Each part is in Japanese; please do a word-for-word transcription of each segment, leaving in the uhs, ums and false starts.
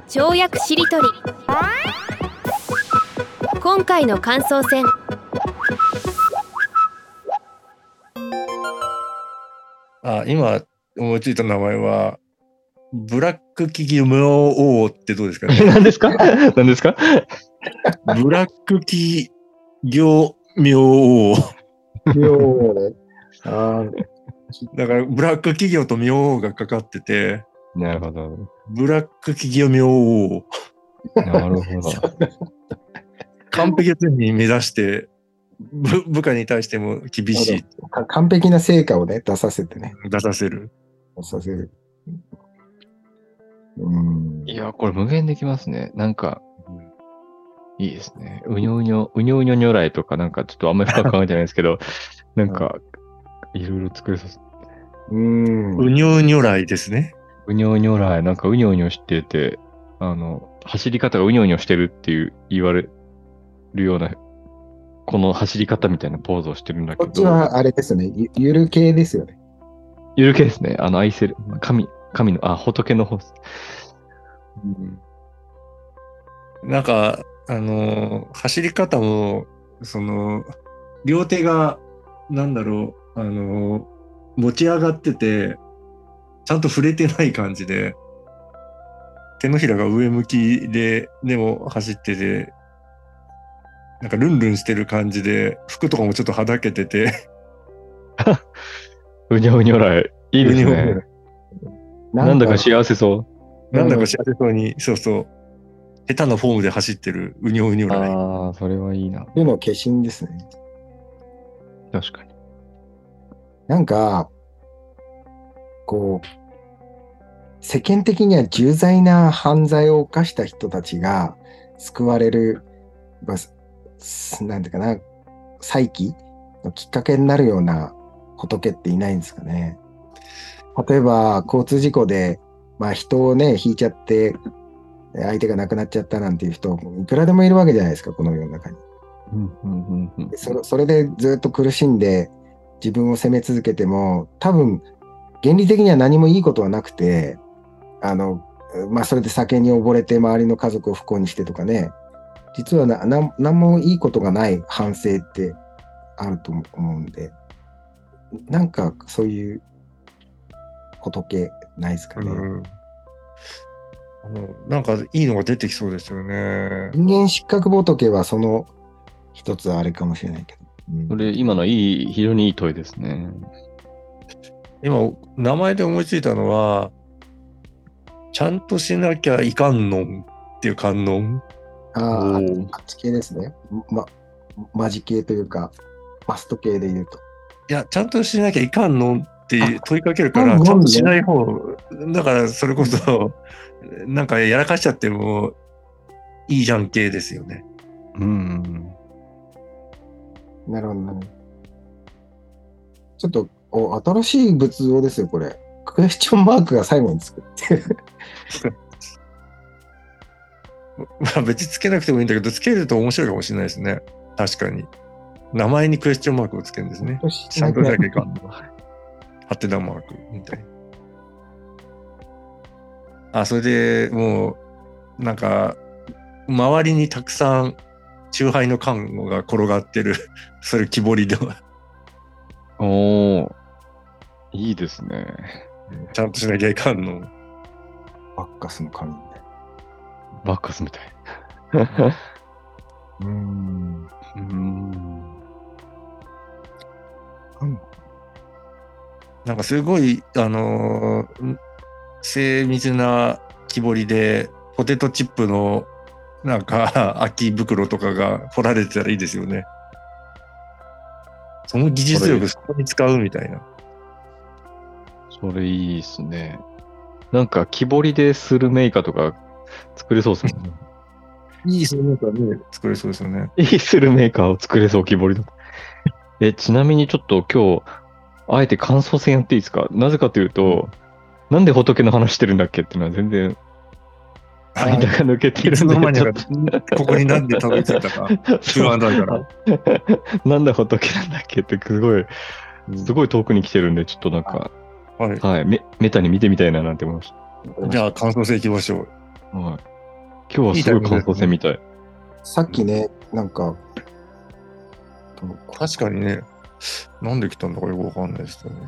跳躍しりとり。今回の感想戦。 あ、今思いついた名前はブラック企業明王ってどうですかね。 何ですか何ですかブラック企業明王。 明王ね。あだからブラック企業と明王がかかってて、 なるほど。 ブラック企業明王。 なるほど。 完璧に目指して部部下に対しても厳しい。 か完璧な成果をね、出させてね。 出させる。 出させる。うん。 いや、これ無限できますね。なんか、いいですね。うにょうにょ、うにょうにょ如来とかなんかちょっとあんまり深く考えてないですけど、なんか、いろいろ作れそうです。 うん。 うにょう如来ですね。 うにょう如来、なんかうにょうにょしてて、あの、走り方がうにょうにょしてるっていう言われるような、この走り方みたいなポーズをしてるんだけど。 こっちはあれですね。ゆ、ゆる系ですよね。 ゆる系ですね。あの、愛せる。神、神の、あ、仏の方です。 なんか、あのー走り方も、その、両手が、なんだろう、あのー持ち上がってて、ちゃんと触れてない感じで、手のひらが上向きで、でも走ってて、なんかルンルンしてる感じで、服とかもちょっとはだけてて、 うにょうにょ来。いいですね。なんだか幸せそなんだか幸せそうに、そうそう、下手なフォームで走ってるうにょうにょう。 来。 ああ、それはいいな。 手の化身ですね。 確かに。 なんか、こう、世間的には重大な犯罪を犯した人たちが救われる、まあ、なんていうかな、再起のきっかけになるような仏っていないんですかね。例えば、交通事故で、まあ、人をね、引いちゃって、相手が亡くなっちゃったなんていう人、いくらでもいるわけじゃないですか、この世の中に。 うんうんうんうんでそれそれでずっと苦しんで自分を責め続けても、多分原理的には何もいいことはなくて、あの、まあ、それで酒に溺れて周りの家族を不幸にしてとかね、実はなな何もいいことがない反省ってあると思うんで、なんかそういう仏ないですかね。 うん、あのなんかいいのが出てきそうですよね。 人間失格仏はその一つあれかもしれないけど。うんそれ、今のいい、非常にいい問いですね。 今、名前で思いついたのは、ちゃんとしなきゃいかんのんっていう観音。 ああ、あおーあっち系ですね。ま、マジ系というか、マスト系で言うと。 いや、ちゃんとしなきゃいかんのんって問いかけるから、 あちゃんとしない方、だからそれこそ、なんかやらかしちゃってもいいじゃん系ですよね。 うん。 なるほど、なるほど。ちょっとお新しい仏像ですよ、これ。クエスチョンマークが最後につくっていう。 まあ別につけなくてもいいんだけど、つけると面白いかもしれないですね。確かに。名前にクエスチョンマークをつけるんですね。ちゃんとしなきゃいかんの。ハテナマークみたいな。あ、それでもう、なんか、周りにたくさん、酎ハイの缶が転がってる、それ木彫りで、 おー、いいですね。 ちゃんとしなきゃいかんの。 バッカスの神みたいバッカスみたい。 な。うーん。 うん。 なんかすごい、あのー精密な木彫りで、ポテトチップの、なんか、空き袋とかが掘られてたらいいですよね。その技術力そこに使うみたいな。 それいいっすね。なんか、木彫りでスルメイカとか作れそうですもんね。 いいスルメーカーで作れそうですよね。 いいスルメーカーを作れそう、木彫りだと。え、ちなみにちょっと今日、あえて感想戦やっていいですか？なぜかというと、なんで仏の話してるんだっけっていうのは全然、間が抜けていつるんで、 の間にかちょっとここになんでたどり着いたか不安だから。 なんで仏なんだっけってすごい、すごい遠くに来てるんで、ちょっとなんか、 はい。 はい、め、メタに見てみたいななんて思いましじゃあ感想戦いきましょう。 た。はい。 今日はすごい感想戦みたい。 さっきね、なんか、 確かにね、なんで来たんだかよくわかんないですよね。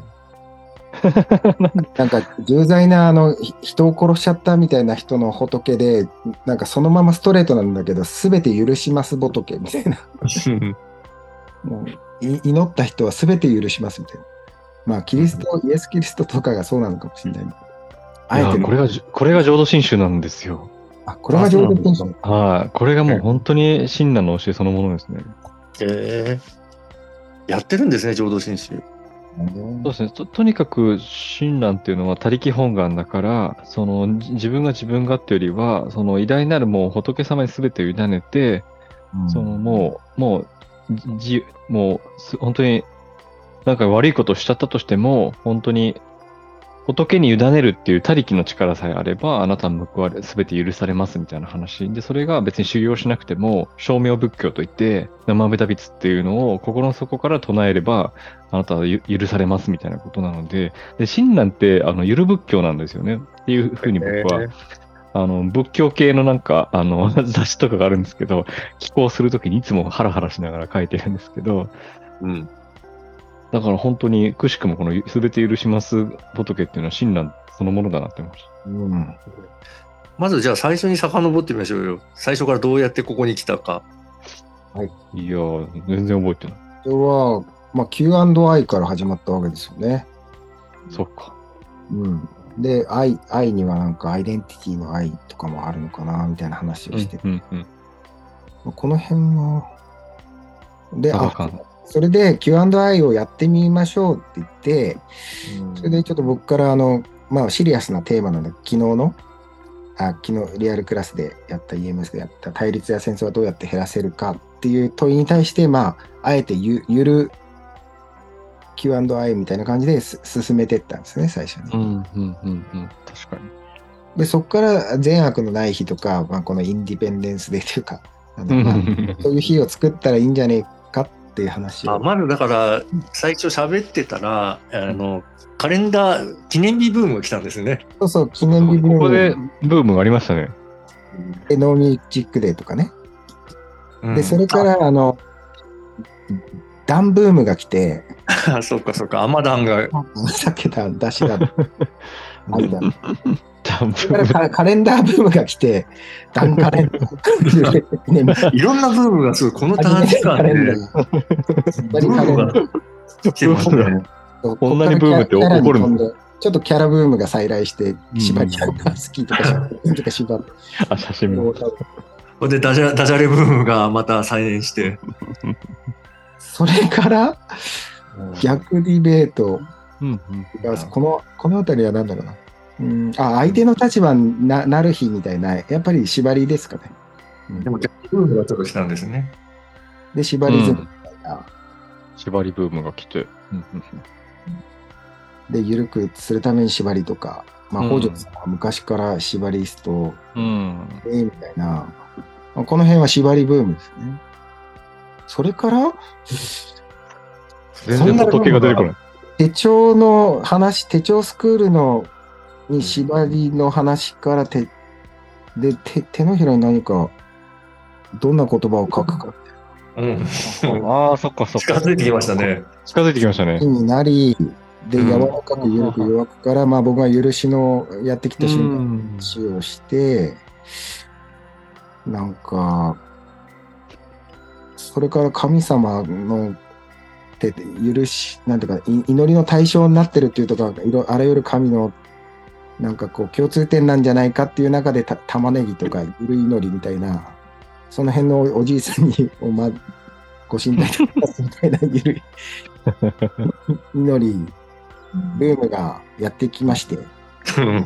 なんか重罪なあのひ人を殺しちゃったみたいな人の仏で、なんかそのままストレートなんだけど、すべて許します仏みたいな。もうい祈った人はすべて許しますみたいな。まあ、キリスト、イエス・キリストとかがそうなのかもしれない。あえてねいやこれがじこれが浄土真宗なんですよ。 あ、これが浄土真宗。 はい。これがもう本当に親鸞の教えそのものですね。 へえ。やってるんですね、浄土真宗。 そうですね。と、とにかく親鸞っていうのは他力本願だから、そのじ自分が自分がっていうよりは、その偉大なるもう仏様に全てを委ねて、 うんそのもう、もう、じ、もうす、本当に、なんか悪いことをしちゃったとしても、本当に、仏に委ねるっていう他力の力さえあれば、あなたの報われ、すべて許されますみたいな話。で、それが別に修行しなくても、称名仏教といって、生阿弥陀仏っていうのを心の底から唱えれば、あなたはゆ許されますみたいなことなので、で、親鸞って、あの、ゆる仏教なんですよね。っていうふうに僕は、 へえあの、仏教系のなんか、あの、雑誌とかがあるんですけど、寄稿するときにいつもハラハラしながら書いてるんですけど、 うん。 だから本当にくしくもこのすべて許します仏っていうのは親鸞そのものだなって思いましうん。 まずじゃあ最初に遡ってみましょうよ。最初からどうやってここに来たか。 た。いやー、全然覚えてない。 これは、まあ、キューアンドアイ から始まったわけですよね。 そっか。 うん。で、愛、愛にはなんかアイデンティティの愛とかもあるのかな、みたいな話をして、 うんうん。 この辺は、で、あ、 サバ缶。 それで キューアンドアイ をやってみましょうって言って、それでちょっと僕からあの、まあシリアスなテーマなんで、昨日の、あ昨日リアルクラスでやった イーエムエス でやった対立や戦争はどうやって減らせるかっていう問いに対して、まあ、あえてゆゆる キューアンドアイ みたいな感じです進めていったんですね、最初に。 うんうんうんうん。確かに。 で、そこから善悪のない日とか、まあ、このインディペンデンスデーというか、あのまあ、そういう日を作ったらいいんじゃねえかっていう話を。 あまずだから最初喋ってたらあのカレンダー記念日ブームが来たんですね。 そうそう、記念日ブームここでブームがありましたね。 でノーミュージックデーとかね。 うんで、それから、あの、ダンブームが来て、 あそうかそうかアマダンがさっき言った出しだ。間ダンプそれからカカレンダーブームが来て、ダンカレンダー。ね、 いろんなブームがすごいこの短時間でブームが来てますね。 こんなにブームって起こるんですちょっとキャラブームが再来して、縛りちゃうか、好きとかとか縛って。 あ、写真も。 これでダジャダジャレブームがまた再燃して。 それから、逆ディベートうんうん。 が、この、このあたりは何だろうな。うん、あ、相手の立場に な, なる日みたいな、やっぱり縛りですかね。 でも逆ブームがちょっと来たんですね。 で、縛りズムみたいな。 縛りブームが来て。うんうんで、緩くするために縛りとか、まあ、 うん北条さんは昔から縛りスト、 うん。 えーみたいな、まあこの辺は縛りブームですね。それから、 全然仏が出てこない。 手帳の話、手帳スクールのに縛りの話から手、で、手手のひらに何か、どんな言葉を書くかうん。 ああ、そっかそっか。 近づいてきましたね。 近づいてきましたね。 になり、で、 うん柔らかく緩く弱くから、まあ僕が許しのやってきた瞬間うん話をして、なんか、それから神様の手で許し、なんていうか、い祈りの対象になってるっていうとか、いろあらゆる神の、なんかこう共通点なんじゃないかっていう中でた玉ねぎとかゆる祈りみたいな、その辺のおじいさんにおまご神体とかみたいなゆるい祈り、ブームがやってきまして、 うん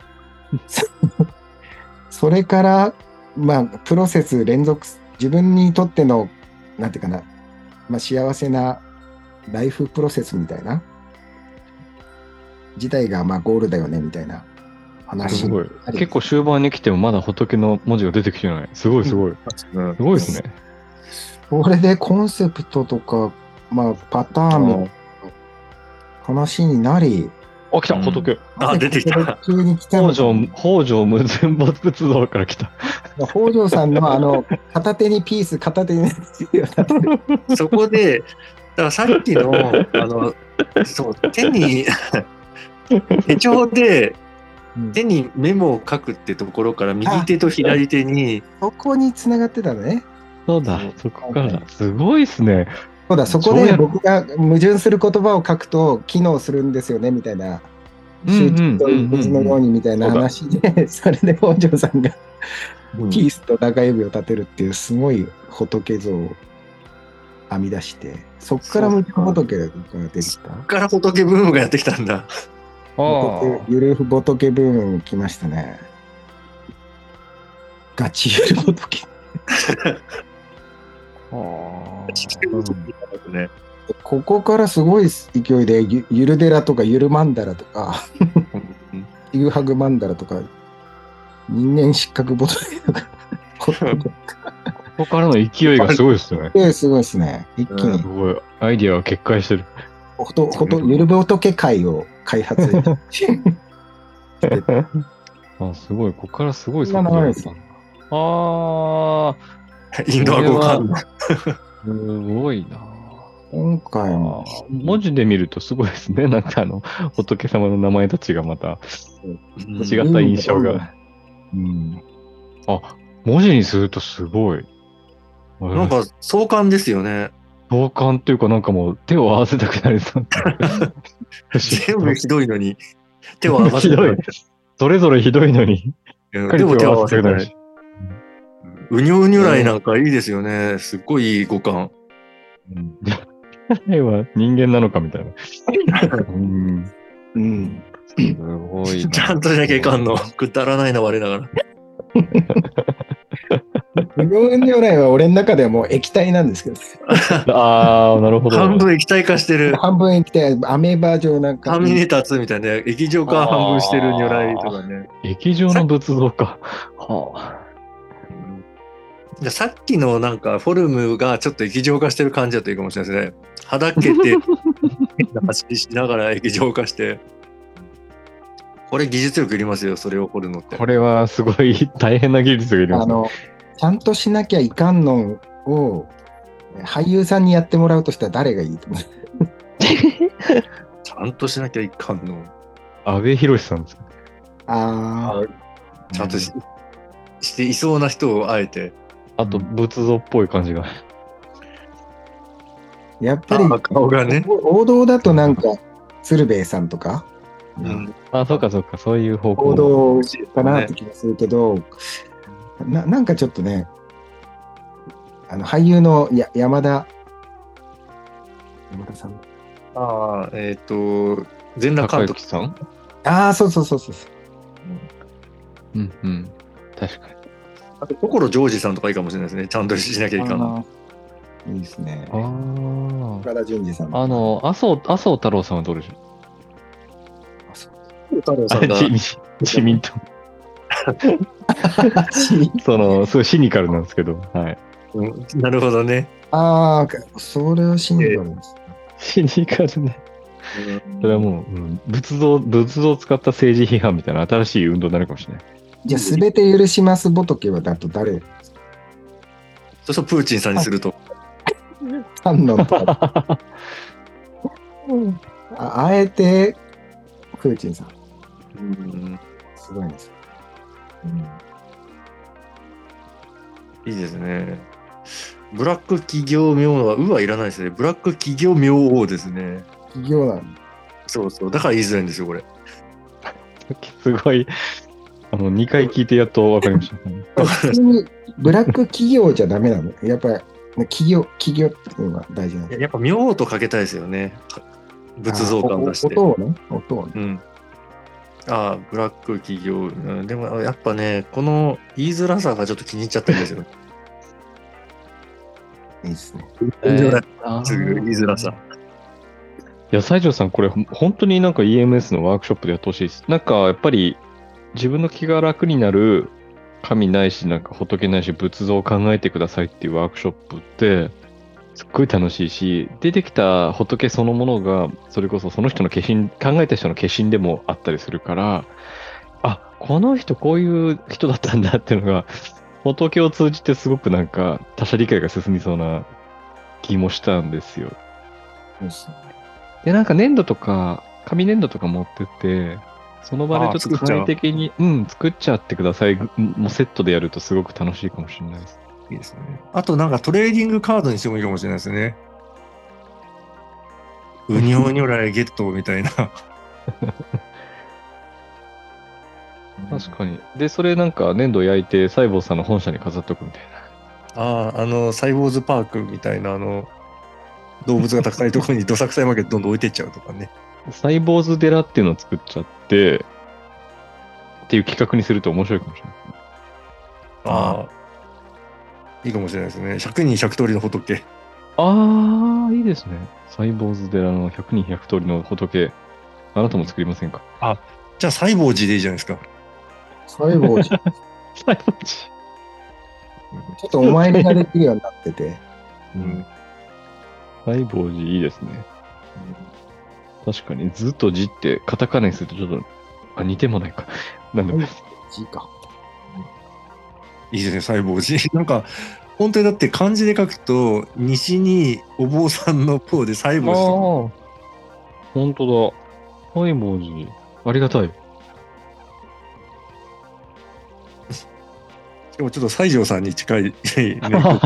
それから、まあ、プロセス連続、自分にとっての、なんていうかな、まあ、幸せなライフプロセスみたいな、自体がまあゴールだよね、みたいな話。 すごい。結構終盤に来てもまだ仏の文字が出てきてない。すごいすごい。すごいですね。 これでコンセプトとか、まあ、パターンの話になり、 あ、来た、 うん仏。 あ、出てきた。 急に来たの北条、北条無全没仏像から来た。 北条さんのあの、片手にピース、片手にそこで、だからさっきの、あの、そう、手に、手帳で、手にメモを書くってところから右手と左手に、 そこに繋がってたのね。 そうだ、そこからだ。すごいっすね。 そうだ、そこで僕が矛盾する言葉を書くと機能するんですよね、みたいな。集中と水のようにみたいな話で、それで北条さんがピースと中指を立てるっていうすごい仏像を編み出して、そっから無垢仏が出てきた。 そっから仏ブームがやってきたんだ。 仏ゆるふ仏ブーム来ましたね。ガチゆる仏。 ね、 ここからすごい勢いでゆゆる寺とかゆるマンダラとかゆうハグマンダラとか人間失格仏とかここからの勢いがすごいですよね。 すごいですね。一気に、 すごいアイディアが決壊してる。 ほとほとゆる仏会を開発あ、すごい、ここからすごいそんな流れです。 ああ、 インドア語か。 すごいな。 今回も文字で見るとすごいですね。なんかあの仏様の名前たちがまた違った印象が。 うん、 あ、文字にするとすごい。 なんか壮観ですよね。 壮観っていうかなんかもう手を合わせたくなりそう。 全部ひどいのに手を合わせたくなる。 それぞれひどいのに。 でも手を合わせたくなる。うにょうにょ来なんかいいですよね。すっごいいい五感。 うん、は人間なのかみたいな。うん。 うん。 すごい。 ちゃんとしなきゃいかんの。くだらないの我ながら。 うにょうにょ来は俺の中ではもう液体なんですけど。 ああ、なるほど。 半分液体化してる。 半分液体、アメーバー状なんか。 ターミネーターツーみたいな、ね、液状化半分してる如来とかね。 液状の仏像か。はあ。 じゃさっきのなんかフォルムがちょっと液状化してる感じだといいかもしれないですね。はだけて変な走りしながら液状化して。これ技術力いりますよ、それを彫るのって。 これはすごい大変な技術がいります、ね、 あのちゃんとしなきゃいかんのを俳優さんにやってもらうとしたら誰がいいと思うちゃんとしなきゃいかんの。 阿部寛さんですか。 ああ、ちゃんと し,、うん、していそうな人をあえて。 あと仏像っぽい感じが。 やっぱり顔がね、 王道だとなんか鶴瓶さんとか、 うん、あ、そうかそうか、そういう方向王道かなって気がするけど、ね、な, なんかちょっとね、あの俳優のや山田山田さん、 ああ、えっ、ー、と全裸監督さん、 ああ、そうそうそうそう、 うん、 うんうん確かに。 あと所ジョージさんとかいいかもしれないですね。ちゃんとしなきゃいかんの。 いいですね。 ああ。 岡田准二さん。 あの麻生麻生太郎さんはどうでしょう。 麻生太郎さんが自民党。そのすごいシニカルなんですけど、はい。 うん、なるほどね。 ああ、それはシニカルです、ね。 シニカルね。それはもう、うん、仏像仏像を使った政治批判みたいな新しい運動になるかもしれない。 じゃあ、すべて許します仏はだと誰？ そうそう、プーチンさんにすると。 三のとかあ。あえて、プーチンさん。 うん、 すごいです、 うん。いいですね。ブラック企業名王は、うはいらないですね。ブラック企業名王ですね。 企業なんそうそう。だから言いづらいんですよ、これ。 すごい。あのにかい聞いてやっと分かりました。 普通にブラック企業じゃダメなの？やっぱり企業、企業っていうのが大事なんです。 やっぱ名王とかけたいですよね。仏像感出して。 音をね、音をね。 うん。ああ、ブラック企業、うん。でもやっぱね、この言いづらさがちょっと気に入っちゃったんですよ。 いいですね。 言いづらさ。 いや、西条さん、これ本当になんか イーエムエス のワークショップでやってほしいです。なんかやっぱり自分の気が楽になる神ないし、なんか仏ないし仏像を考えてくださいっていうワークショップって、 すっごい楽しいし、出てきた仏そのものが、それこそその人の化身、考えた人の化身でもあったりするから、あ、この人こういう人だったんだっていうのが、仏を通じてすごくなんか他者理解が進みそうな気もしたんですよ。 そうですね。 で、なんか粘土とか、紙粘土とか持ってって、その場でちょっと簡易的に、うん、作っちゃってください。もうセットでやるとすごく楽しいかもしれないです。 いいですね。あとなんかトレーディングカードにしてもいいかもしれないですね。ウニョウニョライゲットみたいな。 確かに。で、それなんか粘土焼いて、サイボーさんの本社に飾っとくみたいな。 ああ、あの、サイボーズパークみたいな、あの、動物がたくさんいるところにどさくさいマーケットどんどん置いてっちゃうとかね。 サイボーズ寺っていうのを作っちゃって、っていう企画にすると面白いかもしれない。 ああ。いいかもしれないですね。ひゃくにんひゃく通りの仏。 ああ、いいですね。サイボーズ寺のひゃくにんひゃく通りの仏、あなたも作りませんか？ じゃあ、サイボージでいいじゃないですか。 サイボージ、ちょサイボージ。 っとお参りができるようになってて。 うん。 サイボージいいですね。確かに、ずっと字ってカタカナにするとちょっと、あ、似てもないか。なんでも、 字か。 いいですね、サイボージ。なんか、本当にだって漢字で書くと、西にお坊さんの方でサイボージとか。 ああ、本当だ。サイボージ、ありがたい。 でもちょっと西条さんに近い、ね。 サイボー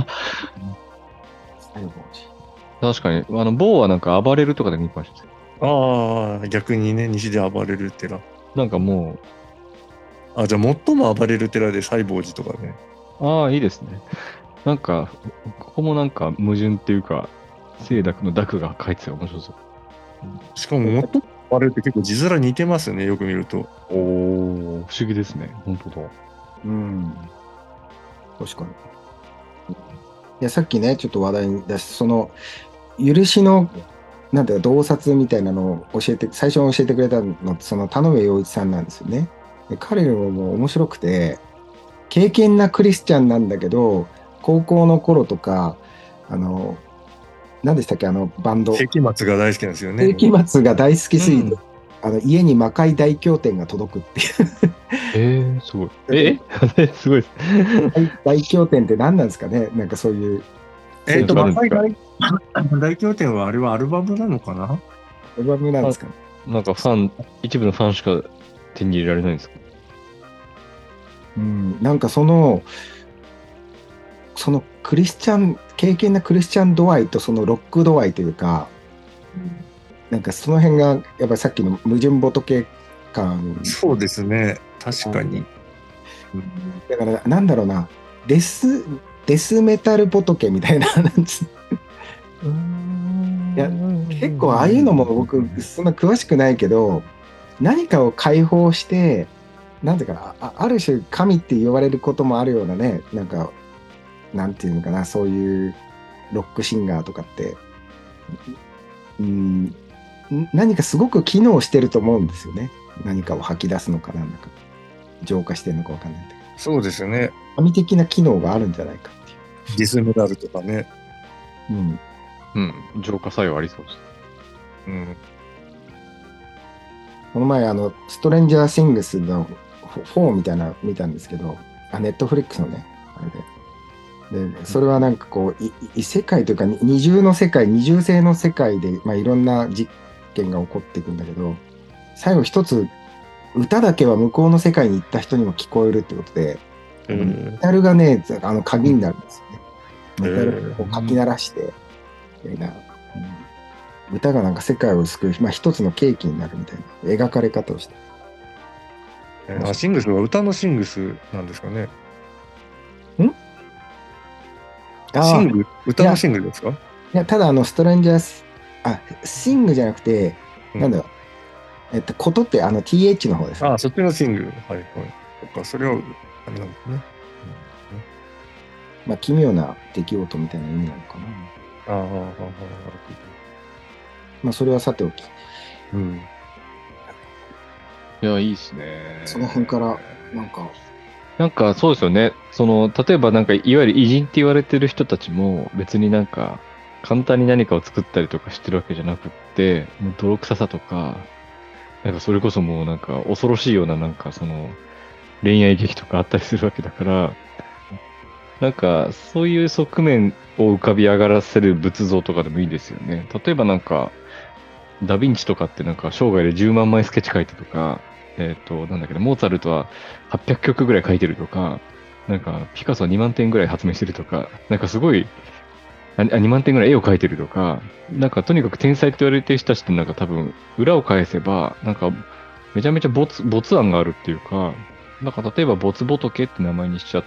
ジ。 確かに、あの、某はなんか暴れるとかで見ました。 ああ、逆にね、西で暴れる寺。 なんかもあ、じゃあ最も暴れる寺でサイボージとかね。 う、ああ、いいですね。なんか、ここもなんか矛盾っていうか、清濁の濁が書いてたら面白そう。 しかも最も暴れるって結構字面似てますよね、よく見ると。 おお、不思議ですね。本当だ。 うん。確かに。いや、さっきね、ちょっと話題に出し、その、許しの、なんていうか、洞察みたいなのを教えて、最初に教えてくれたのって、その田上陽一さんなんですよね。で彼ももう面白くて、敬虔なクリスチャンなんだけど、高校の頃とか、あの、何でしたっけ、あのバンド。 世紀末が大好きなんですよね。 世紀末が大好きすぎて、 うんあの家に魔界大経典が届くっていう。 えー、すごい。ええすごいです。 大大経典って何なんですかね、なんかそういう。 えっと、 そうなんですか大大経典はあれはアルバムなのかな？ アルバムなんですかね。 なんかファン、一部のファンしか手に入れられないんですか？ うん、なんかその、そのクリスチャン、敬虔なクリスチャン度合いとそのロック度合いというか、なんかその辺が、やっぱりさっきの矛盾仏感。 そうですね。確かに。 だから、なんだろうな、デス、デスメタル仏みたいな、なんついや結構ああいうのも僕、そんな詳しくないけど、何かを解放して、なんていうかな、あある種神って言われることもあるようなね、なんか、なんていうのかな、そういうロックシンガーとかって、うん、何かすごく機能してると思うんですよね。何かを吐き出すのかなんだか、浄化してるのかわかんないんだけど。 そうですよね。 神的な機能があるんじゃないかっていう。 ディスメダルとかね。 うん。 うん、浄化作用ありそうです。 うん。 この前、あの、ストレンジャー・シングスのフォーみたいなの見たんですけど、あ、ネットフリックスのね、あれで。で、それはなんかこう、い異世界というか、二重の世界、二重性の世界で、まあ、いろんな実験が起こっていくんだけど、最後一つ、歌だけは向こうの世界に行った人にも聞こえるってことで、 うんメタルがね、あの鍵になるんですよね。 うんメタルをかき鳴らして、みたいな、うん歌がなんか世界を救う、まあ、一つの契機になるみたいな描かれ方をして。 えーあシングスは歌のシングスなんですかね。 ああ、いシング歌のシングルですか？ や、ただあの、ストレンジャース、あ、シングじゃなくて、 うんなんだろう、えっと、ことってあの ティーエイチ の方ですね。 ああ、そっちのシングル。はいはい。そっか、それは、あれなんですね。 まあ、奇妙な出来事みたいな意味なのかな。 ああ、ああ、ああ、 まあ、それはさておき、 うん。 いや、いいですね。 その辺から、なんか、 なんかそうですよね。その、例えばなんか、いわゆる偉人って言われてる人たちも、別になんか、 簡単に何かを作ったりとかしてるわけじゃなくって、もう泥臭さとか、なんかそれこそもうなんか恐ろしいようななんかその恋愛劇とかあったりするわけだから、なんかそういう側面を浮かび上がらせる仏像とかでもいいですよね。例えばなんか、ダヴィンチとかってなんか生涯でじゅうまんまいスケッチ書いてとか、えっと、なんだっけど、モーツァルトははっぴゃくきょくぐらい書いてるとか、なんかピカソはにまんてんぐらい発明してるとか、なんかすごい、あにまんてんぐらい絵を描いてるとか、なんかとにかく天才と言われてる人たちってなんか多分裏を返せば、なんかめちゃめちゃ没、没案があるっていうか、なんか例えば没仏って名前にしちゃって、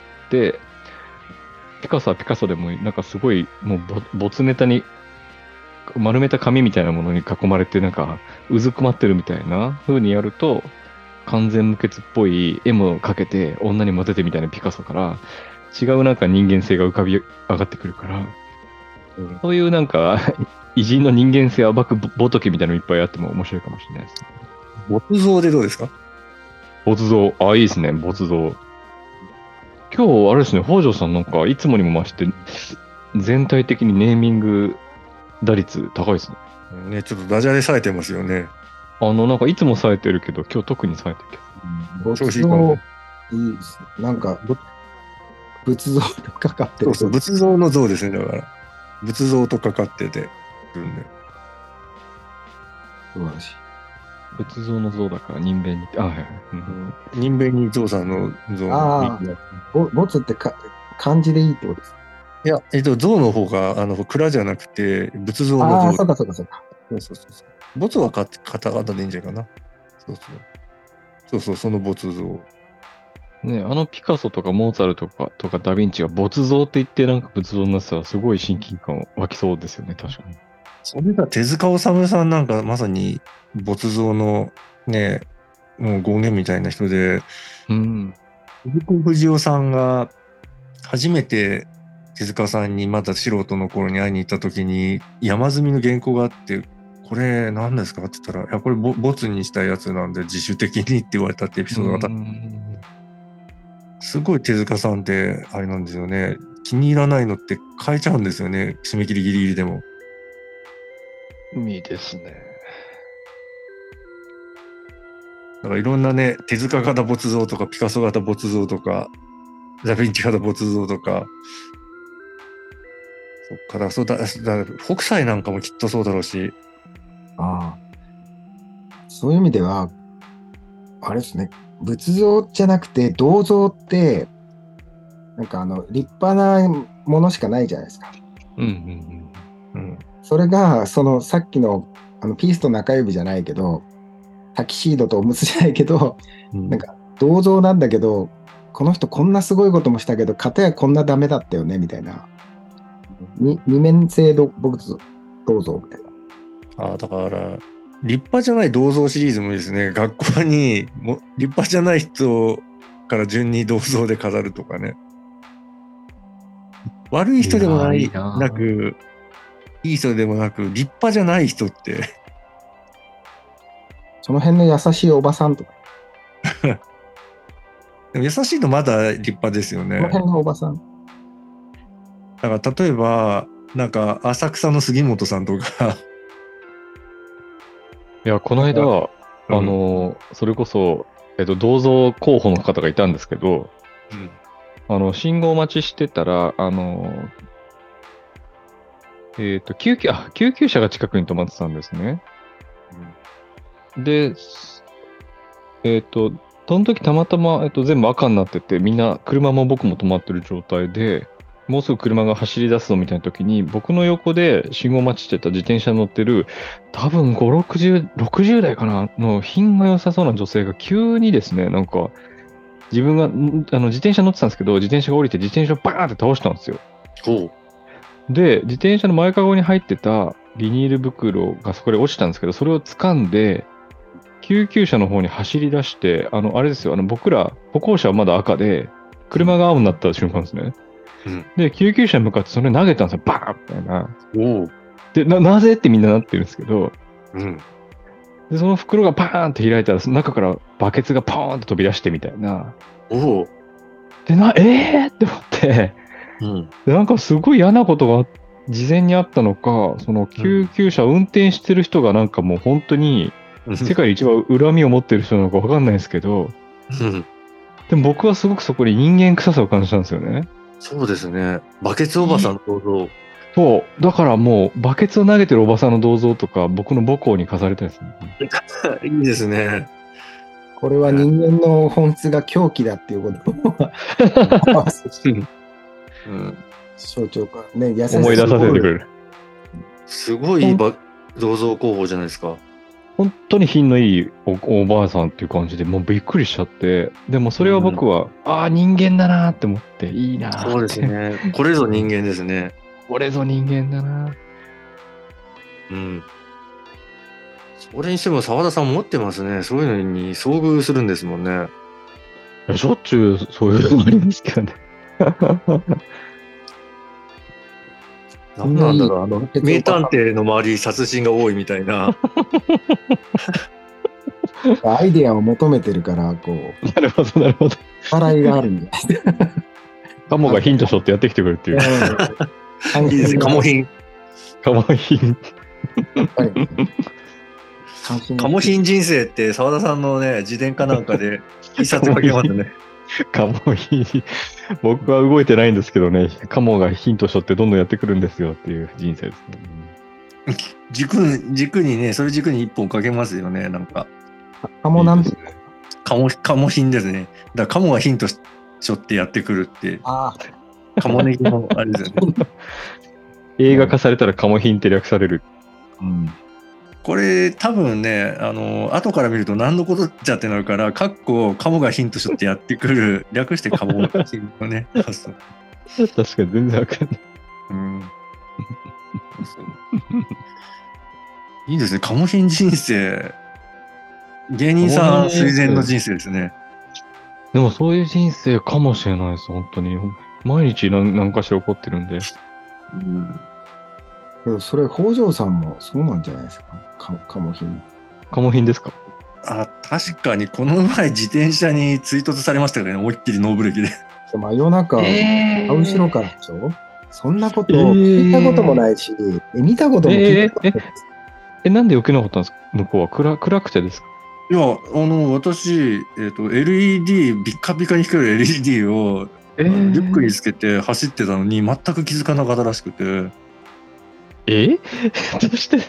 ピカソはピカソでもなんかすごいもうぼ没ネタに丸めた紙みたいなものに囲まれてなんかうずくまってるみたいな風にやると、完全無欠っぽい絵も描けて女にモテてみたいなピカソから違うなんか人間性が浮かび上がってくるから、うん、そういうなんか偉人の人間性を暴く仏みたいなのいっぱいあっても面白いかもしれないですね。 仏像でどうですか？ 仏像、あ、いいですね、仏像。今日あれですね、北条さんなんかいつもにも増して全体的にネーミング打率高いですね。 ね、ちょっとダジャレされてますよね。 あの、なんかいつも冴えてるけど、今日特に冴えてるけど。仏像、いいですね。なんか、仏像とかかってる。 そうそう、仏像の像ですね、だから。仏像とかかっててるんで。 素晴らしい。 仏像の像だから人弁に、あ、はい、うん、 人弁に像さんの像。 ああ、仏ってか漢字でいいってことですか？ いや、えっと、像の方が、あの、蔵じゃなくて、仏像の像。 ああ、そうかそうかそうか。 そうそうそう。仏はカタカナでいいんじゃないかな。そうそう。そうそう、その仏像。 ね、あのピカソとかモーツァルトとか、とかダヴィンチが仏像って言ってなんか仏像になってたらすごい親近感湧きそうですよね、確かに。 それが手塚治虫さんなんかまさに仏像のね、もう語源みたいな人で、 うん。 藤子不二雄さんが初めて手塚さんにまだ素人の頃に会いに行った時に山積みの原稿があって、これ何ですかって言ったら、いやこれ没にしたやつなんで自主的にって言われたってエピソードがあった。すごい手塚さんってあれなんですよね。気に入らないのって変えちゃうんですよね。締め切りギリギリでも。 いいですね。 だからいろんなね、手塚型仏像とかピカソ型仏像とかダヴィンチ型仏像とか、そっからそうだ、だ北斎なんかもきっとそうだろうし。 ああ、そういう意味ではあれですね。仏像じゃなくて銅像ってなんかあの立派なものしかないじゃないですか。 うんうんうん。うん。 それがそのさっきのあのピースと中指じゃないけど、タキシードとおむつじゃないけど、うん、なんか銅像なんだけど、この人こんなすごいこともしたけど、片やこんなダメだったよねみたいな。に二面性の仏像みたいな。 ああ、だから立派じゃない銅像シリーズもいいですね。学校にも立派じゃない人から順に銅像で飾るとかね。悪い人でもない、いななく、いい人でもなく、立派じゃない人って。 その辺の優しいおばさんとか。 でも優しいのまだ立派ですよね。 その辺のおばさん。 だから例えば、なんか浅草の杉本さんとか。 いや、この間、うん、あの、それこそ、えっと、銅像候補の方がいたんですけど、うん、あの、信号待ちしてたら、あの、えっと、救急、あ、救急車が近くに止まってたんですね。うん、で、えっと、その時たまたま、えっと、全部赤になってて、みんな、車も僕も止まってる状態で、もうすぐ車が走り出すぞみたいな時に、僕の横で信号待ちしてた自転車に乗ってる、多分ご、ろくじゅう、ろくじゅう代かなの品が良さそうな女性が急にですね、なんか、自分が、あの、自転車乗ってたんですけど、自転車が降りて自転車をバーンって倒したんですよ。 おう。 で、自転車の前かごに入ってたビニール袋がそこで落ちたんですけど、それを掴んで、救急車の方に走り出して、あの、あれですよ、あの、僕ら、歩行者はまだ赤で、車が青になった瞬間ですね。うん、で、救急車に向かってそれ投げたんですよ、バーンみたいな。 おでな、なぜってみんななってるんですけど、 うん、 で、その袋がパーンって開いたら、その中からバケツがポーンと飛び出してみたいな。 おう。 で、な、えーって思って、うん、でなんかすごい嫌なことがあっ事前にあったのか、その救急車運転してる人がなんかもう本当に世界で一番恨みを持ってる人なのかわかんないですけど、 うんでも僕はすごくそこに人間臭さを感じたんですよね。 そうですね。バケツおばさんの銅像。 そう。だからもう、バケツを投げてるおばさんの銅像とか、僕の母校に飾りたいですね。 いいですね。 これは人間の本質が狂気だっていうことをうん、 象徴か。ね、優しさ思い出させてくれる。 すごいば銅像工法じゃないですか。 本当に品のいい お, おばあさんっていう感じで、もうびっくりしちゃって、でもそれは僕は、うん、ああ、人間だなって思って、いいなって。 そうですね。これぞ人間ですね。 これぞ人間だな。 うん。それにしても澤田さん持ってますね。そういうのに遭遇するんですもんね。 しょっちゅうそういうのありますけどね。 何なんだろう、あの、名探偵の周り殺人が多いみたいな。 アイデアを求めてるから、こう。 なるほど、なるほど。 笑いがあるんで。 カモがヒントしょってやってきてくれるっていう。 いいですね、カモ品。 カモ品。 カモ品人生って澤田さんのね、自伝かなんかで一冊書けますね。 カモ品。僕は動いてないんですけどね、カモがヒントしょってどんどんやってくるんですよっていう人生ですね。 軸、軸にね、それ軸に一本書けますよね、なんか。 カモなんて、ね、 カモ、カモ品ですね。だからカモがヒントしょってやってくるって。ああ。カモネギのあれですよね。 映画化されたらカモ品って略される。 うん。これ多分ね、あの、後から見ると何のことじゃってなるから、かっこ、カモがヒントしょってやってくる、略してカモ品のね、発想。 確かに全然わかんない。 うん。いいですね、カモ品人生。芸人さん垂前の人生ですね。 でもそういう人生かもしれないです、本当に。毎日何何かしら起こってるんで。 うん、それ、北条さんもそうなんじゃないですか。かカモ品。 カモ品ですか？ あ、確かにこの前自転車に追突されましたからね、思いっきりノーブレーキで。 真夜中、えー、後ろからでしょ？そんなこと聞いたこともないし、えー、見たことも聞いたことないです。 えー、え、なんで受けなかったんですか？向こうは暗暗くてですか？ いや、あの、私、えっと、エルイーディー、ビッカビカに光る エルイーディー を、えー、リュックにつけて走ってたのに、全く気づかなかったらしくて。 えどうして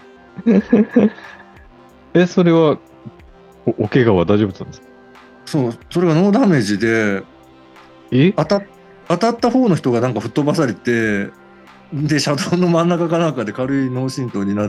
え、それはお、お怪我は大丈夫だったんですか？ そう、それがノーダメージで、 え当た、当たった方の人がなんか吹っ飛ばされて、で、車道の真ん中かなんかで軽い脳震盪になって、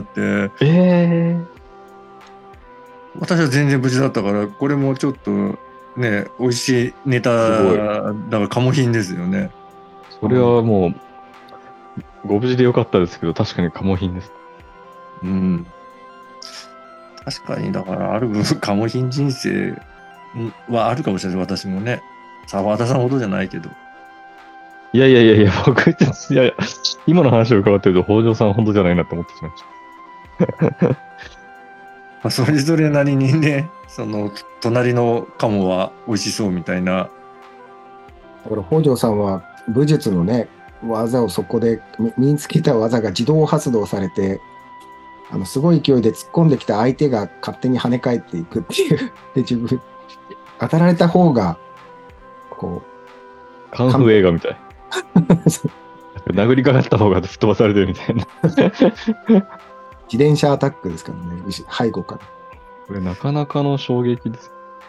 えー、 私は全然無事だったから、これもちょっとね、美味しいネタ、だからカモ品ですよね。 それはもう、ご無事でよかったですけど、確かにカモ品です。 うん。確かに、だからある分、カモ品人生はあるかもしれない、私もね。澤田さんほどじゃないけど。 いやいやいやいや、僕、いやいや、今の話を伺ってると、北条さんほどじゃないなって思ってしまいました。 まあ、それぞれなりにね、その、隣のカモは美味しそうみたいな。 だから、北条さんは武術のね、技をそこで身につけた技が自動発動されて、あのすごい勢いで突っ込んできた相手が勝手に跳ね返っていくっていう。で、自分、当たられた方が、こう。カンフー映画みたい。殴りかかった方が吹っ飛ばされてるみたいな。 自転車アタックですからね、背後から。 これなかなかの衝撃です。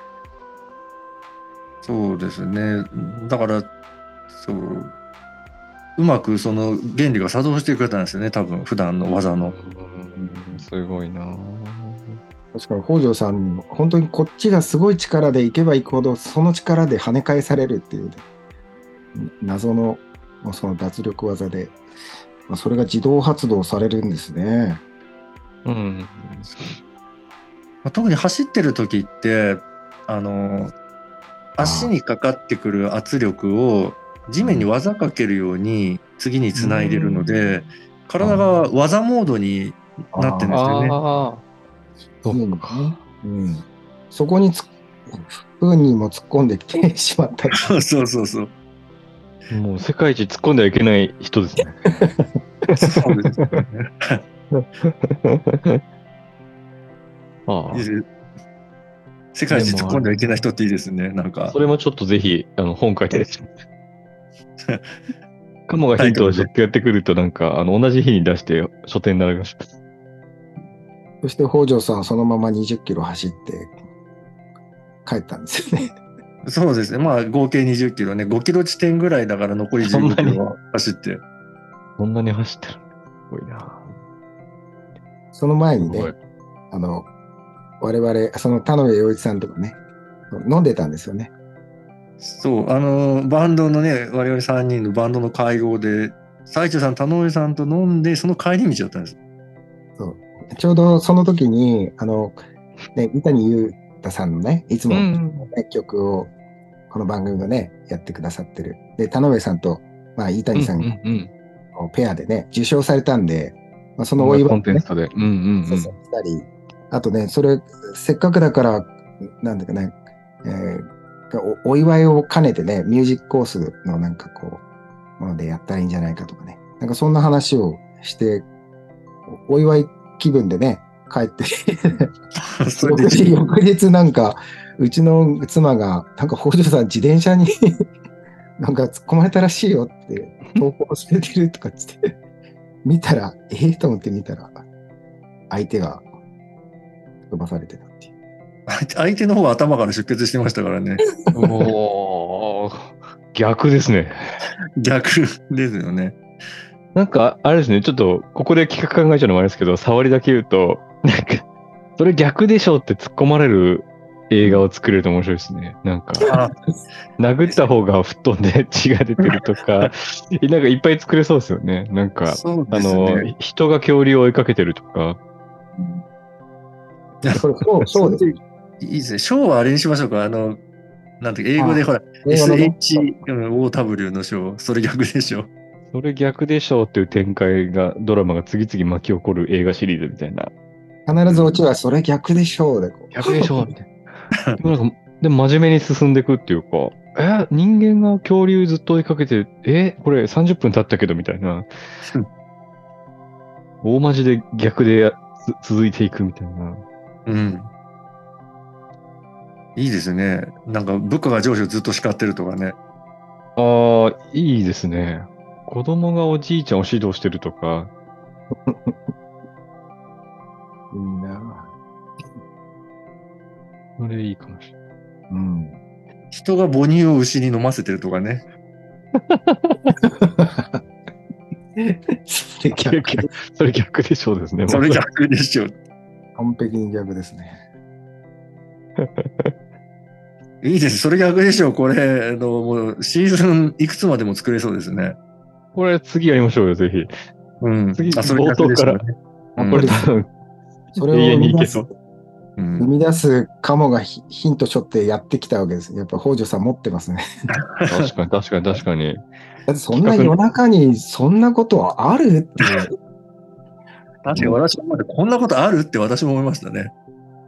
そうですね。だから、そう。うまくその原理が作動してくれたんですよね、多分普段の技の。 うん、すごいな。 確かに北条さん、本当にこっちがすごい力でいけばいくほど、その力で跳ね返されるっていう、ね、謎のその脱力技で、それが自動発動されるんですね。 うん。 特に走ってる時って、あの、足にかかってくる圧力を、地面に技かけるように次につないでるので、体が技モードになってるんですよね。ああ、 そうか。うん。そこにつ不運にも突っ込んできてしまったり。 そうそうそうそう。 もう世界一突っ込んではいけない人ですね。 そうですね。 ああいいです世界一突っ込んではいけない人っていいですね。なんかそ、れもちょっとぜひ、あの、本書いて。カモがヒントをタイトルでずっとやってくると、なんか、あの、同じ日に出して書店に並びました。 そして北条さんはそのままにじゅっキロ走って帰ったんですよね。 そうですね。まあ合計にじゅっキロね。ごキロ地点ぐらいだから残りじゅうごキロは走って。 そんなに走ってる。すごいな。 その前にすごいね、あの、我々、その田辺陽一さんとかね、飲んでたんですよね。 そう、あの、バンドのね、我々さんにんのバンドの会合で、最中さん、田上さんと飲んで、その帰り道だったんです。 そうちょうどその時に、あの、ね、三谷裕太さんのね、いつも、 うねん。 曲をこの番組のね、やってくださってる。で、田上さんと、まあ、井うん谷さんがうんうん。 ペアでね、受賞されたんで、まあ、その音お祝いね楽コンテンツで。うんうんうん。 そうそうしたり、あとね、それ、せっかくだから、なんだかね、えーお、お祝いを兼ねてね、ミュージックコースのなんかこう、ものでやったらいいんじゃないかとかね、なんかそんな話をして、おお祝い気分でね、帰って、 それで翌日、翌日なんか、うちの妻が、なんか北条さん自転車になんか突っ込まれたらしいよって投稿されてるとかっつって見たら、ええと思って見たら、相手が飛ばされてたっていう。 相手の方は頭から出血してましたからね。 おー、逆ですね。 逆ですよね。 なんか、あれですね、ちょっと、ここで企画考えちゃうのもあれですけど、触りだけ言うと、なんか、それ逆でしょって突っ込まれる映画を作れると面白いですね。なんか、 あ殴った方が吹っ飛んで血が出てるとか、なんかいっぱい作れそうですよね。なんか、 そうあですね。 の、人が恐竜を追いかけてるとか。 これそうそうです。 いいですね。ショーはあれにしましょうか。あの、なんていうか、英語でほら、 英語のねエスエイチオーダブリュー のショー、それ逆でしょ。 それ逆でしょうっていう展開が、ドラマが次々巻き起こる映画シリーズみたいな。 必ずオチはそれ逆でしょうでこう。 逆でしょうみたいな。でもなんか、でも真面目に進んでいくっていうか、え、人間が恐竜ずっと追いかけて、え、これさんじゅっぷん経ったけどみたいな。大マジで逆でやつ続いていくみたいな。 うん。いいですね。なんか部下が上司をずっと叱ってるとかね。 ああ、いいですね。子供がおじいちゃんを指導してるとか、 いいな。 それいいかもしれない。 うん。 人が母乳を牛に飲ませてるとかね。 それ逆。 それ逆でしょうですね。 それ逆でしょ。 完璧に逆ですね。 いいです。それ逆でしょ。これ、あの、もうシーズンいくつまでも作れそうですね。 これ次やりましょうよ、ぜひ。 うん。 次あ、それ逆でしょうね。うんこれ多分、 それを永遠生み出すにいけそう。 うん生み出すカモがヒヒントしょってやってきたわけです。やっぱ北条さん持ってますね。 確かに確かに確かに。 だってそんな夜中にそんなことあるっていう。 確かに私もまでこんなことあるって私も思いましたね。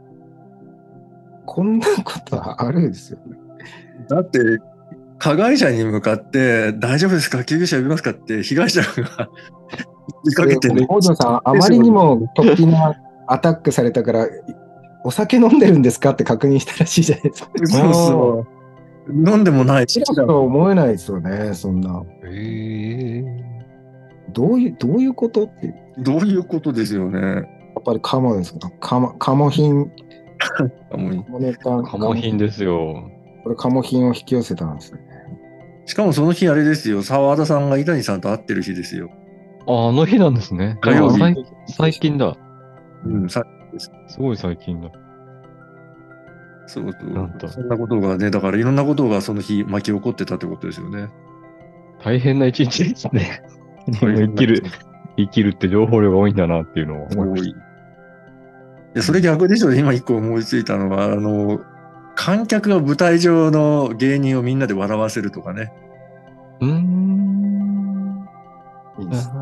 こんなことあるですよね。 だって、加害者に向かって大丈夫ですか救急車呼びますかって被害者が言いかけてで北条さん、あまりにも突飛なアタックされたから、お酒飲んでるんですかって確認したらしいじゃないですか。 そうそう。飲んでもないし。 とは思えないですよね、そんな。 ええどういう、どういうことっていう。 どういうことですよね。 やっぱりカモですか。カモ、カモ品、 もうカモネタ、 カモ品ですよ。 これカモ品を引き寄せたんですね。 しかもその日あれですよ。沢田さんが伊谷さんと会ってる日ですよ。 あ、あの日なんですね。 火曜日最最近だ。 うん、さすごい最近だ。 そうそなんとう。そんなことがね、だからいろんなことがその日巻き起こってたってことですよね。 大変な一日ですね。 大変な生きる、生きるって情報量が多いんだなっていうのを思いまし多い。でそれ逆でしょ。今一個思いついたのは、あの、観客が舞台上の芸人をみんなで笑わせるとかね。 た。うーん。 いいですあ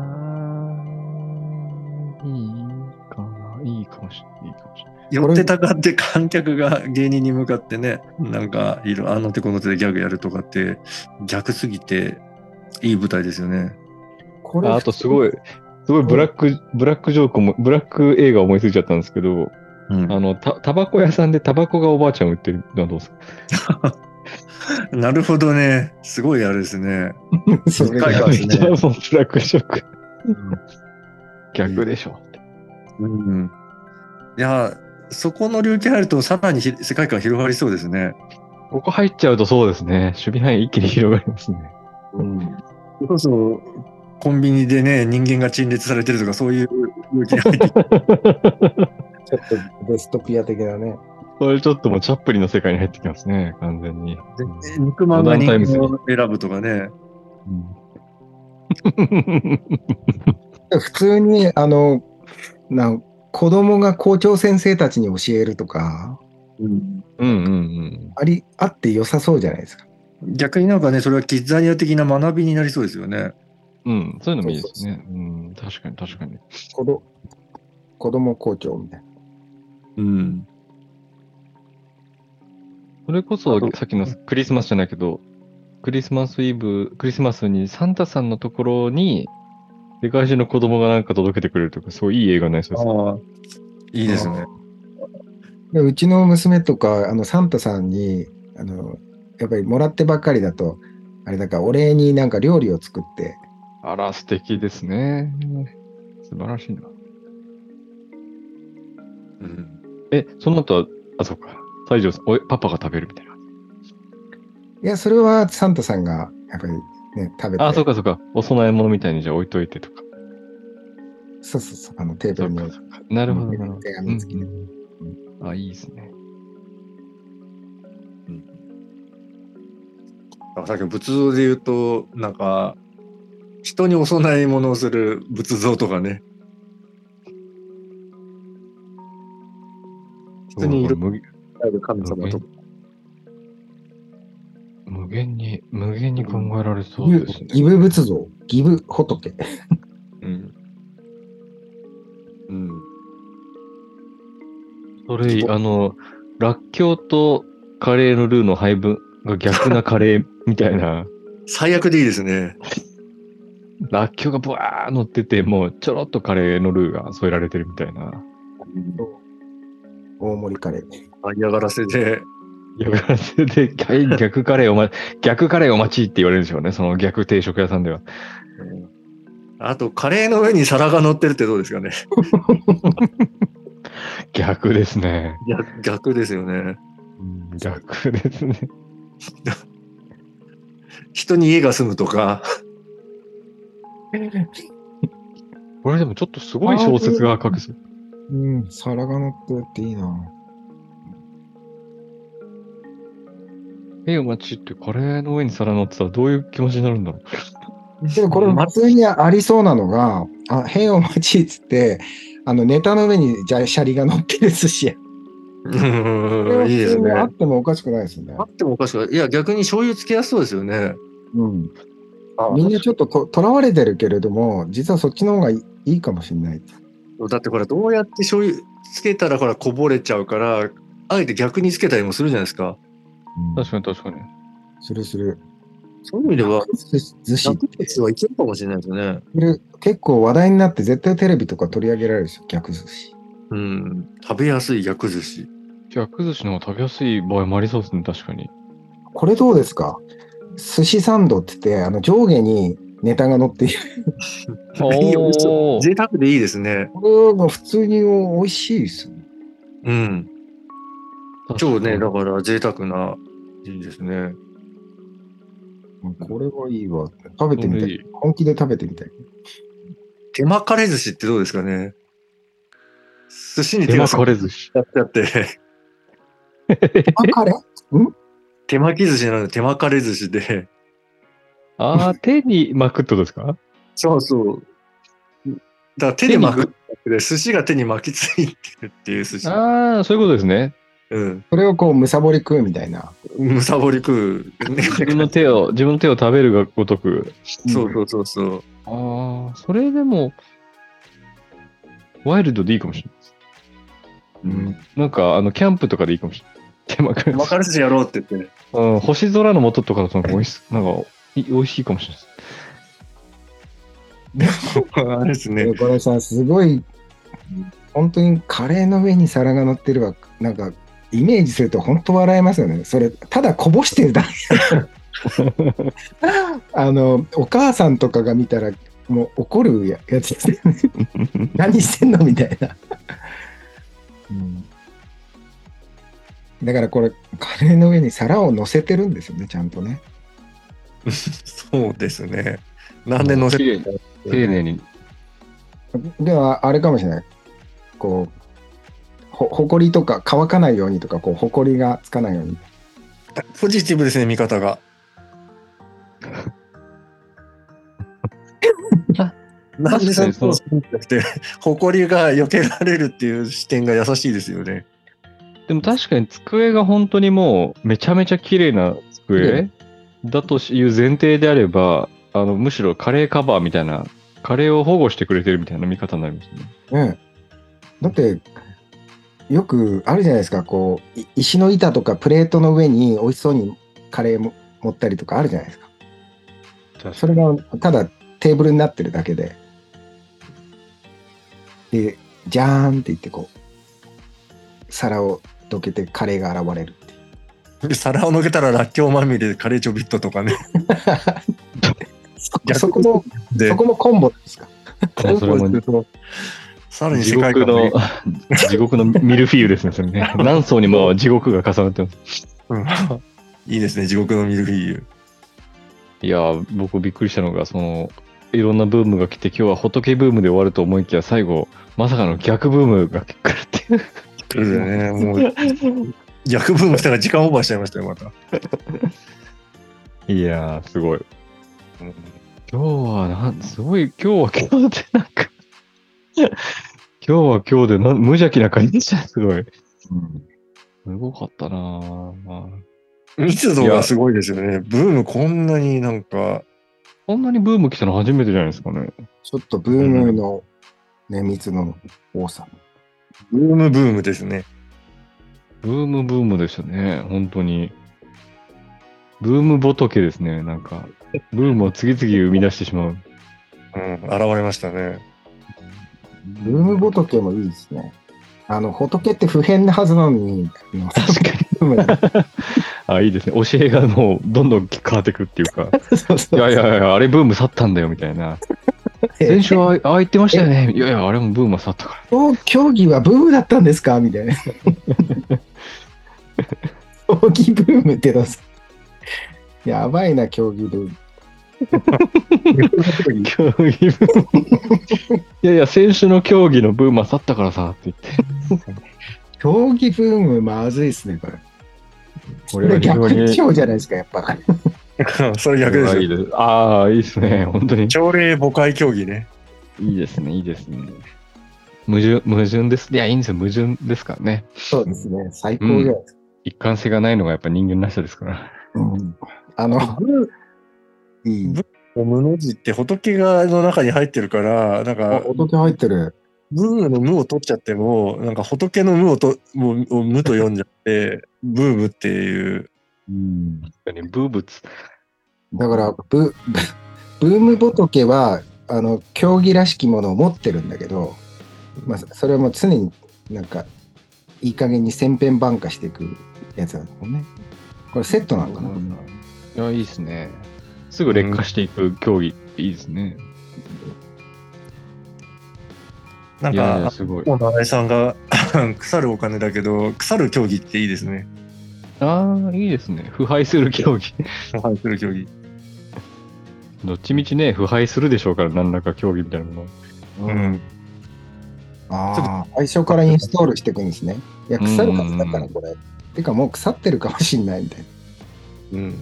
ーいいかな。いいかもしれない。いいかもしれない。 寄ってたかって観客が芸人に向かってね、なんかいる、あの手この手でギャグやるとかって逆すぎていい舞台ですよね。 これああとすごい、 すごいブラック、ブラックジョークも、ブラック映画思いついちゃったんですけど、 うんあの、た、タバコ屋さんでタバコがおばあちゃん売ってるのはどうですか？ なるほどね。すごいあれですね。 それ深いがわですねめっちゃもうブラックジョーク。逆でしょ。 うん。いや、そこの領域入るとさらにひ世界観広がりそうですね。 ここ入っちゃうとそうですね。守備範囲一気に広がりますね。 うん。それこそ、コンビニでね、人間が陳列されてるとか、そういう領域に入ってちょっとデストピア的なね。 これちょっともうチャップリンの世界に入ってきますね。完全に。 肉まんが人間を選ぶとかね。 普通に、あの、なん子供が校長先生たちに教えるとか、 うん、 うんうんうん。 あり、あって良さそうじゃないですか。 逆になんかね、それはキッザニア的な学びになりそうですよね。 うん、そういうのもいいですね。うん、確かに確かに。 子ど子供校長みたいな。 うん。 それこそさっきのクリスマスじゃないけど、クリスマスイブ、クリスマスにサンタさんのところに、世界中の子供がなんか届けてくれるとか、そういい映画になりそうです。 ああ、いいですね。 でうちの娘とか、あの、サンタさんに、あの、やっぱりもらってばっかりだと、あれだから、お礼になんか料理を作って、 あら、素敵ですね。素晴らしいな。 うん。 え、その後は、あ、そうか。西条さん、おいパパが食べるみたいな。 いや、それはサンタさんが、やっぱりね、食べて、 あ、そうかそうか。お供え物みたいにじゃあ置いといてとか。 そうそうそう、あの、テーブルに置いて、 なるほど、なるほど。 手紙付きで。 うんあ、いいですね。 さっきの仏像で言うと、なんか、人にお供え物をする仏像とかね。普通にいる無限神様とか。 無限に、無限に考えられそうギブですね。 ギブ仏像、ギブ仏。 うん。うん。 それいい、あの、らっきょうとカレーのルーの配分が逆なカレーみたいな、 最悪でいいですね。 らっきょうがブワー乗ってて、もうちょろっとカレーのルーが添えられてるみたいな。 大盛りカレー。 嫌がらせで。 いや、それで、はい逆カレーおま、逆カレーお待ちって言われるんでしょうね。その逆定食屋さんでは。 あと、カレーの上に皿が乗ってるってどうですかね。 逆ですね。 逆逆ですよね。 逆ですね。 人に家が住むとか。 これでもちょっとすごい小説が書けそう。 うん、皿が乗ってるっていいな。 ええお待ちってカレーの上に皿乗ってたらどういう気持ちになるんだろう。 でもこれ普通にありそうなのが、あ、変お待ちっつって、あのネタの上にじゃシャリが乗ってる寿司屋。 うん、いいですね。 あってもおかしくないですよねあ。ってもおかしくない。いや、逆に醤油つけやすそうですよね。 うん。みんなちょっととらわれてるけれども、実はそっちの方がいいいいかもしれない。 だってこれどうやって醤油つけたらほらこぼれちゃうから、あえて逆につけたりもするじゃないですか。 うん、 確かに確かに。 するする。 そういう意味では、 寿司っ逆鉄はいけるかもしれないですよね。 これ結構話題になって絶対テレビとか取り上げられるでしょ、逆寿司。 うん。食べやすい逆寿司。 逆寿司の方が食べやすい場合もありそうですね、確かに。 これどうですか？寿司サンドって言って、あの上下にネタが乗っている。 いいよおー贅沢でいいですね。 これが普通に美味しいですよね。 うん。超ね、だから贅沢な、いいですね。 これはいいわ。食べてみたい。 これいい本気で食べてみたい。 手巻かれ寿司ってどうですかね。寿司に手巻手がかれ寿司。 やっちゃって、 あ、カレーん手巻き寿司なので手巻かれ寿司で、 ああ、手に巻くってことですか？ そうそう。だから手で巻くで、寿司が手に巻きついてるっていう寿司。 ああ、そういうことですね。 うん。 それをこう、むさぼり食うみたいな。 むさぼり食う。 自分の手を、自分の手を食べるがごとく。 そうそうそうそう。 ああ、それでも、ワイルドでいいかもしれないです。 うん。 なんか、あの、キャンプとかでいいかもしれない。手巻かれ寿司。 手巻かれ寿司やろうって言ってね。 うん、星空の下とかだとなんか美味し、なんか、い美味しいかもしれないです。 あれですね。 これさ、すごい、本当にカレーの上に皿が乗ってれば、なんか、イメージすると本当笑えますよね。それ、ただこぼしてるだけ。あの、お母さんとかが見たら、もう怒るややつですよね。何してんのみたいな。うん、だからこれ、カレーの上に皿を乗せてるんですよね、ちゃんとね。 そうですね。なんで乗せて丁寧に。 では、あれかもしれない。こう、ほ、ほこりとか乾かないようにとか、こう、ほこりがつかないように。 ポジティブですね、見方が。なんでそうそうって誇りが避けられるっていう視点が優しいですよね。 でも確かに机が本当にもうめちゃめちゃ綺麗な机だという前提であれば、あのむしろカレーカバーみたいな、カレーを保護してくれてるみたいな見方になりますね。 ねえ。だって、よくあるじゃないですか、こう、い石の板とかプレートの上に美味しそうにカレーも持ったりとかあるじゃないですか。それがただテーブルになってるだけで。で、じゃーんって言ってこう、皿をどけてカレーが現れるっていう。 で皿をのけたららっきょうまみれでカレーチョビットとかね。 そ, そこも、 でそこもコンボですか。 それもさらに地世界観獄の、地獄のミルフィーユですね、それね。何層にも地獄が重なってます。 うん、いいですね、地獄のミルフィーユ。 いやー、僕びっくりしたのが、その、いろんなブームが来て、今日は仏ブームで終わると思いきや、最後、まさかの逆ブームが来るっていう。 来るね、もう、逆ブームしたら時間オーバーしちゃいましたよ、また。 いやー、すごい。 うん今日はなん、すごい、今日は今日でなんか、今日は今日でなん無邪気な感じでした、すごい。 うん、 すごかったなぁ。 密度がすごいですよね。ブームこんなになんか。 こんなにブーム来たの初めてじゃないですかね。 ちょっとブームの、ね、密度の多さ。 ブームブームですね。 ブームブームでしたね、本当に。ブーム仏ですね、なんか。ブームを次々生み出してしまう。 うん、現れましたね。 ブーム仏もいいですね。あの、仏って不変なはずなのに、 確かに。あ、いいですね。教えがもうどんどん変わってくっていうか。 そうそういやいやいや、あれブーム去ったんだよみたいな。先週はああ言ってましたよね。いやいや、あれもブームは去ったから。 競技はブームだったんですかみたいな。競技ブームってどうすやばいな、競技ブーム。 競技ブーム。いやいや、先週の競技のブームは去ったからさって言って。 競技ブームまずいっすね、これ。これこれは非常逆にに。 超じゃないですか、やっぱ。 それ逆ですよ。 いいです。ああ、いいですね。本当に。 朝礼母会競技ね。 いいですね、いいですね。矛盾、矛盾です。いや、いいんですよ。矛盾ですからね。 そうですね、最高じゃないですか。 一貫性がないのがやっぱ人間らしさですから。 うん、あの、いい。 無の字って仏がの中に入ってるから、なんあ、 か、 仏入ってる。 ブームの無を取っちゃっても、なんか仏の無をともうを無と読んじゃって、ブームっていう。 うん、 確かに、ブーブツ。 だからブ、ブーム仏は、あの、競技らしきものを持ってるんだけど、まあ、それはもう常になんか、いい加減に千変万化していくやつなんだもんね。これセットなのかな、 いや、いいですね。すぐ劣化していく競技っていいですね。 なんいやいかや、すごい。 もう新井さんが腐るお金だけど、腐る競技っていいですね。 ああ、いいですね。腐敗する競技。 腐敗する競技。 どっちみちね、腐敗するでしょうから、何らか競技みたいなもの。 ううんん。 ああ、最初からインストールしていくんですね。いや、腐るはずだから、これ。てか、もう腐ってるかもしんないみたいな。 うん。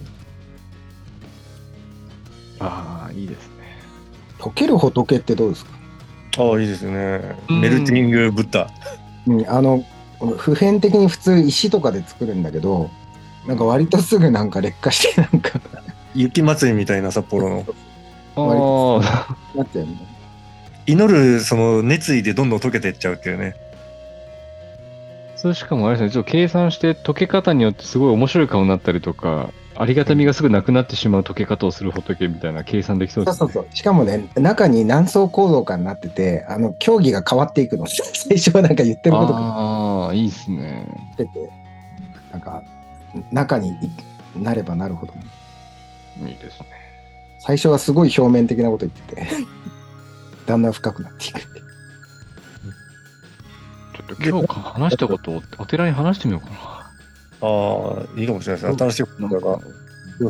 ああ、いいですね。 溶ける仏ってどうですか？ ああ、いいですね。 うんメルティングブッダ。 うん、あの、普遍的に普通石とかで作るんだけど、なんか割とすぐなんか劣化して、なんか、 雪祭りみたいな札幌の。 ああ、 なっちゃうよね。 祈るその熱意でどんどん溶けていっちゃうっていうね。 それしかもあれですね、ちょっと計算して溶け方によってすごい面白い顔になったりとか、 ありがたみがすぐなくなってしまう解け方をする仏みたいな計算できそうですね。 そうそうそう。しかもね、中に何層構造かになってて、あの、競技が変わっていくの。最初はなんか言ってることがああ、いいっすね。 出て、なんか、中になればなるほど、 いいですね。 最初はすごい表面的なこと言ってて、だんだん深くなっていくって。 ちょっと今日か話したことをお寺に話してみようかな。 ああ、いいかもしれないですね。新しいこなんか、 とが。 持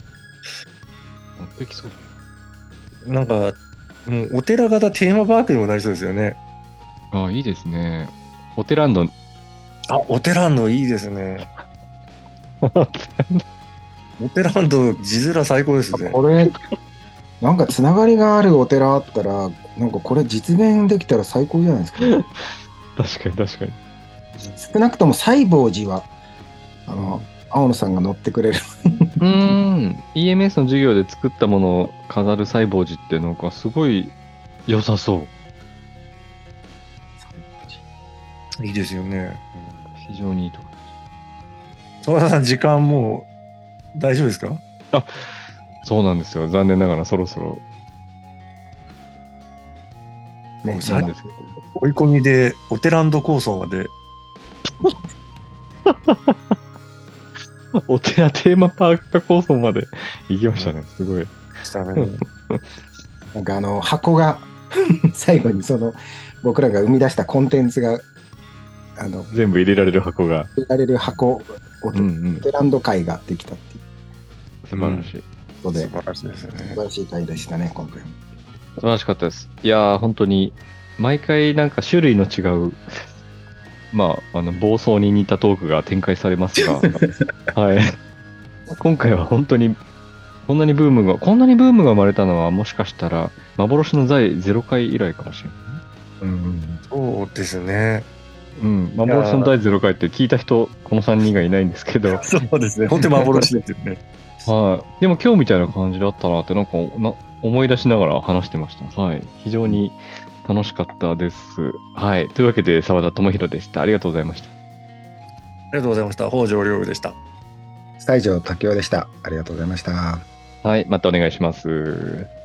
ってきそうだなんか、もうお寺型テーマパークにもなりそうですよね。 ああ、いいですね。お寺の、 あ、お寺のいいですね。お寺の字面最高ですね。 これ、なんかつながりがあるお寺あったら、なんかこれ実現できたら最高じゃないですか。 確かに確かに。 少なくとも西坊寺は、あの、青野さんが乗ってくれる。 うーん。イーエムエス の授業で作ったものを飾る細胞寺ってなんかすごい良さそう。 いいですよね。 非常にいいとこ澤田さん、時間もう大丈夫ですか？ そうなんですよ。残念ながらそろそろ。 ね、 最後なんですけど追い込みでお寺構想まで。 お寺テーマパーク化構想まで行きましたね。すごい。 したね。 なんかあの箱が最後にその僕らが生み出したコンテンツがあの全部入れられる箱が。 入れられる箱をうんうん。 テランド会ができたっていう素晴らしい。 ことで、 素晴らしいですよ素ね晴。らしい回でしたね今回も。 素晴らしかったです。いやー、本当に、毎回なんか種類の違う、まあ、あの、暴走に似たトークが展開されますが、はい。今回は本当に、こんなにブームが、こんなにブームが生まれたのは、もしかしたら、幻の在ゼロ回以来かもしれない。うん。 そうですね。 うん。幻の第ゼロ回って聞いた人、このさんにんがいないんですけど、 そうですね。本当に幻ですよね。 はい。でも今日みたいな感じだったなって、なんかな思い出しながら話してました。はい。非常に楽しかったです。はい。というわけで、澤田智弘でした。ありがとうございました。 ありがとうございました。北条良でした。 西条武雄でした。ありがとうございました。 はい。またお願いします。